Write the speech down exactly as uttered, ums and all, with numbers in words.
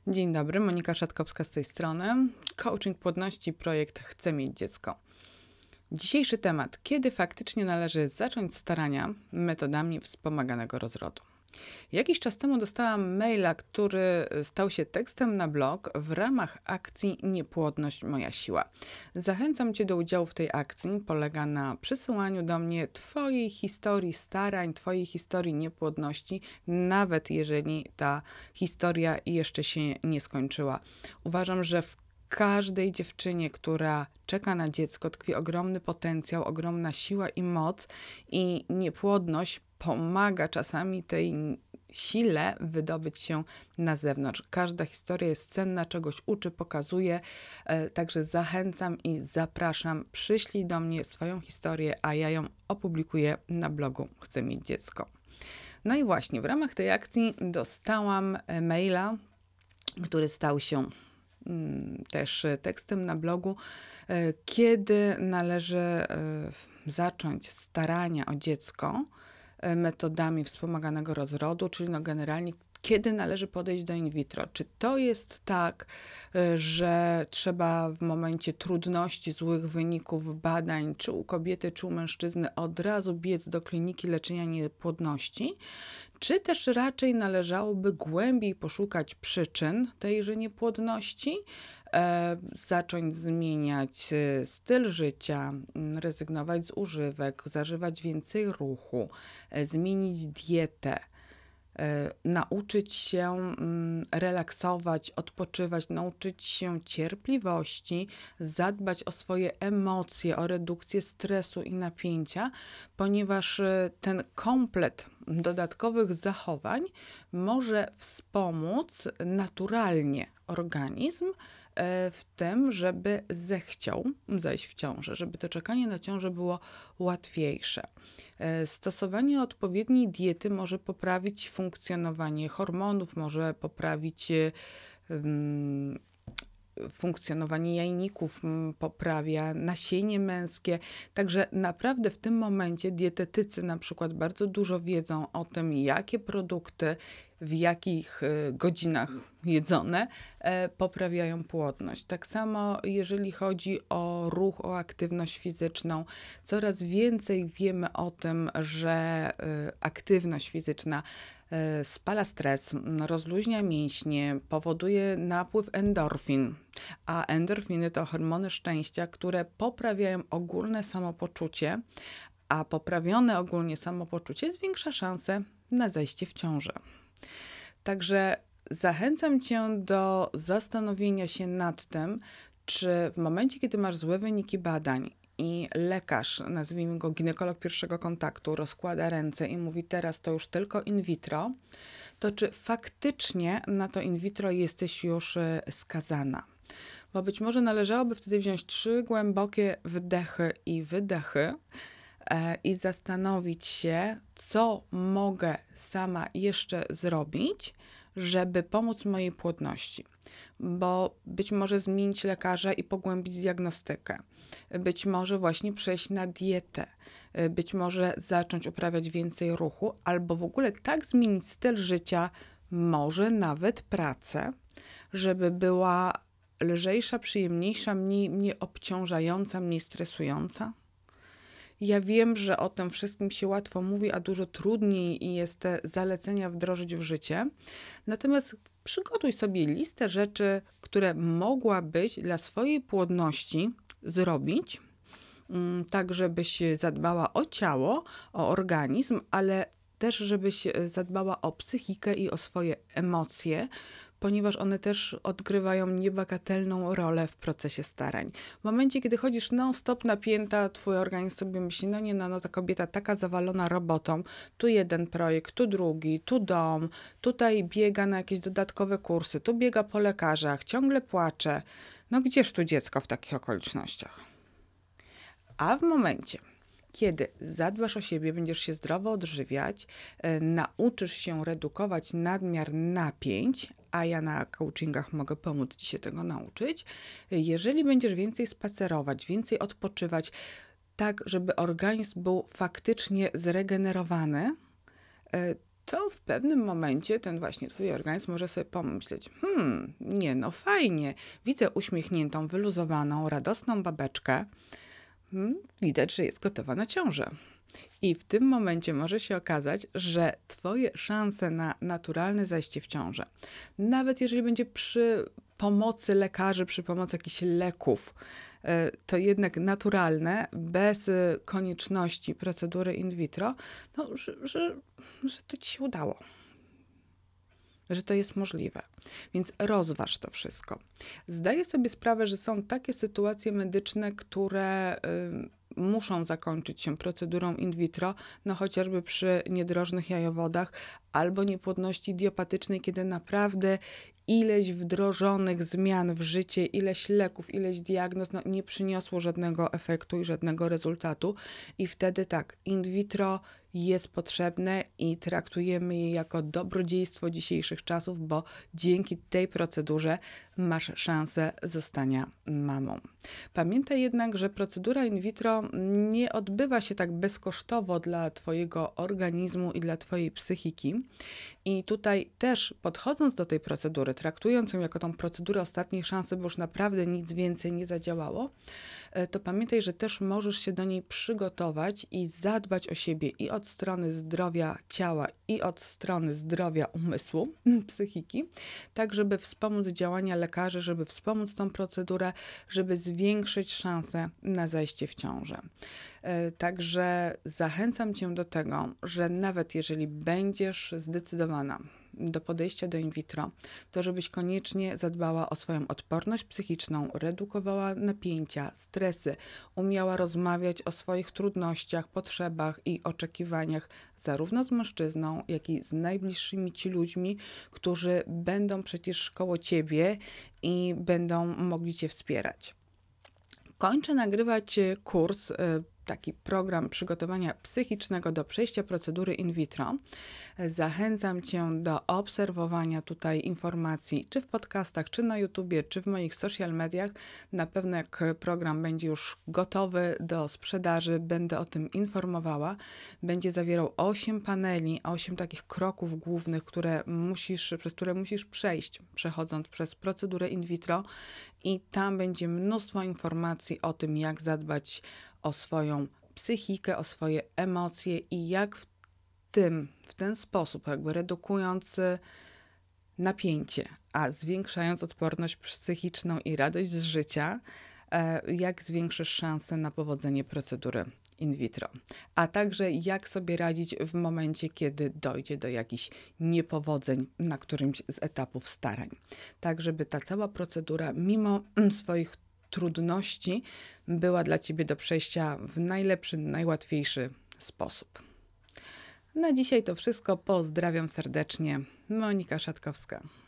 Dzień dobry, Monika Szatkowska z tej strony. Coaching płodności, projekt Chcę mieć dziecko. Dzisiejszy temat: kiedy faktycznie należy zacząć starania metodami wspomaganego rozrodu. Jakiś czas temu dostałam maila, który stał się tekstem na blog w ramach akcji Niepłodność moja siła. Zachęcam Cię do udziału w tej akcji. Polega na przysyłaniu do mnie Twojej historii starań, Twojej historii niepłodności, nawet jeżeli ta historia jeszcze się nie skończyła. Uważam, że w każdej dziewczynie, która czeka na dziecko, tkwi ogromny potencjał, ogromna siła i moc, i niepłodność pomaga czasami tej sile wydobyć się na zewnątrz. Każda historia jest cenna, czegoś uczy, pokazuje, e, także zachęcam i zapraszam. Przyślij do mnie swoją historię, a ja ją opublikuję na blogu Chcę mieć dziecko. No i właśnie w ramach tej akcji dostałam e, maila, który stał się też tekstem na blogu, kiedy należy zacząć starania o dziecko metodami wspomaganego rozrodu, czyli no generalnie kiedy należy podejść do in vitro. Czy to jest tak, że trzeba w momencie trudności, złych wyników badań, czy u kobiety, czy u mężczyzny, od razu biec do kliniki leczenia niepłodności? Czy też raczej należałoby głębiej poszukać przyczyn tejże niepłodności, e, zacząć zmieniać e, styl życia, m, rezygnować z używek, zażywać więcej ruchu, e, zmienić dietę, e, nauczyć się mm, relaksować, odpoczywać, nauczyć się cierpliwości, zadbać o swoje emocje, o redukcję stresu i napięcia, ponieważ e, ten komplet dodatkowych zachowań może wspomóc naturalnie organizm e, w tym, żeby zechciał zajść w ciążę, żeby to czekanie na ciążę było łatwiejsze. E, Stosowanie odpowiedniej diety może poprawić funkcjonowanie hormonów, może poprawić e, mm, funkcjonowanie jajników, m, poprawia nasienie męskie. Także naprawdę w tym momencie dietetycy na przykład bardzo dużo wiedzą o tym, jakie produkty w jakich e, godzinach jedzone e, poprawiają płodność. Tak samo jeżeli chodzi o ruch, o aktywność fizyczną, coraz więcej wiemy o tym, że e, aktywność fizyczna e, spala stres, m, rozluźnia mięśnie, powoduje napływ endorfin, a endorfiny to hormony szczęścia, które poprawiają ogólne samopoczucie, a poprawione ogólnie samopoczucie zwiększa szanse na zajście w ciążę. Także zachęcam Cię do zastanowienia się nad tym, czy w momencie, kiedy masz złe wyniki badań i lekarz, nazwijmy go ginekolog pierwszego kontaktu, rozkłada ręce i mówi: teraz to już tylko in vitro, to czy faktycznie na to in vitro jesteś już e, skazana? Bo być może należałoby wtedy wziąć trzy głębokie wdechy i wydechy e, i zastanowić się, co mogę sama jeszcze zrobić, żeby pomóc mojej płodności. Bo być może zmienić lekarza i pogłębić diagnostykę. Być może właśnie przejść na dietę. y, Być może zacząć uprawiać więcej ruchu, albo w ogóle tak zmienić styl życia, może nawet pracę, żeby była lżejsza, przyjemniejsza, mniej, mniej obciążająca, mniej stresująca. Ja wiem, że o tym wszystkim się łatwo mówi, a dużo trudniej jest te zalecenia wdrożyć w życie. Natomiast przygotuj sobie listę rzeczy, które mogłabyś dla swojej płodności zrobić, mm, tak żebyś zadbała o ciało, o organizm, ale też żebyś zadbała o psychikę i o swoje emocje, ponieważ one też odgrywają niebagatelną rolę w procesie starań. W momencie, kiedy chodzisz non-stop napięta, twój organizm sobie myśli: no nie, no, no ta kobieta taka zawalona robotą, tu jeden projekt, tu drugi, tu dom, tutaj biega na jakieś dodatkowe kursy, tu biega po lekarzach, ciągle płacze. No gdzież tu dziecko w takich okolicznościach? A w momencie, kiedy zadbasz o siebie, będziesz się zdrowo odżywiać, e, nauczysz się redukować nadmiar napięć, a ja na coachingach mogę pomóc Ci się tego nauczyć. e, Jeżeli będziesz więcej spacerować, więcej odpoczywać, tak żeby organizm był faktycznie zregenerowany, e, to w pewnym momencie ten właśnie twój organizm może sobie pomyśleć, hmm, nie no fajnie, widzę uśmiechniętą, wyluzowaną, radosną babeczkę, hmm, widać, że jest gotowa na ciążę. I w tym momencie może się okazać, że twoje szanse na naturalne zajście w ciążę, nawet jeżeli będzie przy pomocy lekarzy, przy pomocy jakichś leków, to jednak naturalne, bez konieczności procedury in vitro, no, że, że, że to ci się udało. Że to jest możliwe. Więc rozważ to wszystko. Zdaję sobie sprawę, że są takie sytuacje medyczne, które y, muszą zakończyć się procedurą in vitro, no chociażby przy niedrożnych jajowodach albo niepłodności idiopatycznej, kiedy naprawdę ileś wdrożonych zmian w życie, ileś leków, ileś diagnoz no, nie przyniosło żadnego efektu i żadnego rezultatu. I wtedy tak, in vitro jest potrzebne i traktujemy je jako dobrodziejstwo dzisiejszych czasów, bo dzięki tej procedurze masz szansę zostania mamą. Pamiętaj jednak, że procedura in vitro nie odbywa się tak bezkosztowo dla twojego organizmu i dla twojej psychiki. I tutaj też podchodząc do tej procedury, traktując ją jako tą procedurę ostatniej szansy, bo już naprawdę nic więcej nie zadziałało, to pamiętaj, że też możesz się do niej przygotować i zadbać o siebie i od strony zdrowia ciała, i od strony zdrowia umysłu, psychiki, tak żeby wspomóc działania lekarzy, żeby wspomóc tą procedurę, żeby zwiększyć szanse na zajście w ciążę. Także zachęcam cię do tego, że nawet jeżeli będziesz zdecydowana do podejścia do in vitro, to żebyś koniecznie zadbała o swoją odporność psychiczną, redukowała napięcia, stresy, umiała rozmawiać o swoich trudnościach, potrzebach i oczekiwaniach zarówno z mężczyzną, jak i z najbliższymi ci ludźmi, którzy będą przecież koło ciebie i będą mogli cię wspierać. Kończę nagrywać kurs, taki program przygotowania psychicznego do przejścia procedury in vitro. Zachęcam cię do obserwowania tutaj informacji, czy w podcastach, czy na YouTubie, czy w moich social mediach. Na pewno jak program będzie już gotowy do sprzedaży, będę o tym informowała. Będzie zawierał osiem paneli, osiem takich kroków głównych, które musisz, przez które musisz przejść, przechodząc przez procedurę in vitro. I tam będzie mnóstwo informacji o tym, jak zadbać o swoją psychikę, o swoje emocje i jak w tym, w ten sposób, jakby redukując napięcie, a zwiększając odporność psychiczną i radość z życia, jak zwiększysz szansę na powodzenie procedury in vitro, a także jak sobie radzić w momencie, kiedy dojdzie do jakichś niepowodzeń na którymś z etapów starań. Tak, żeby ta cała procedura, mimo swoich trudności, była dla ciebie do przejścia w najlepszy, najłatwiejszy sposób. Na dzisiaj to wszystko. Pozdrawiam serdecznie. Monika Szatkowska.